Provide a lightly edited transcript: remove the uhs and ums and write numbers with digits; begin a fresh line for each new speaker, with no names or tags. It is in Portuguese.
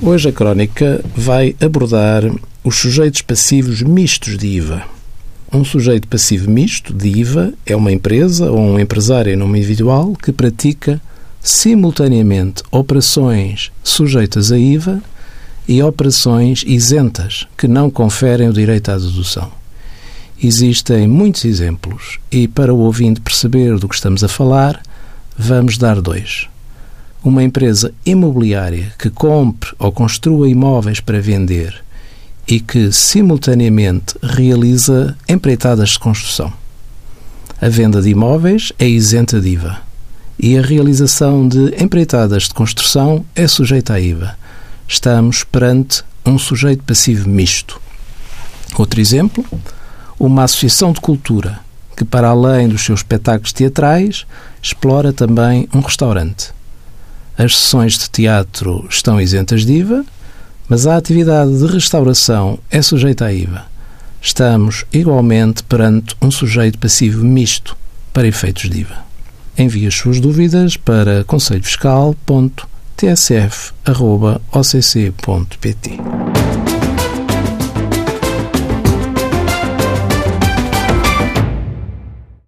Hoje a crónica vai abordar os sujeitos passivos mistos de IVA. Um sujeito passivo misto de IVA é uma empresa ou um empresário em nome individual que pratica simultaneamente operações sujeitas a IVA e operações isentas que não conferem o direito à dedução. Existem muitos exemplos e, para o ouvinte perceber do que estamos a falar, vamos dar dois. Uma empresa imobiliária que compre ou construa imóveis para vender e que, simultaneamente, realiza empreitadas de construção. A venda de imóveis é isenta de IVA e a realização de empreitadas de construção é sujeita a IVA. Estamos perante um sujeito passivo misto. Outro exemplo, uma associação de cultura que, para além dos seus espetáculos teatrais, explora também um restaurante. As sessões de teatro estão isentas de IVA, mas a atividade de restauração é sujeita a IVA. Estamos igualmente perante um sujeito passivo misto para efeitos de IVA. Envie as suas dúvidas para conselhofiscal.tsf@occ.pt.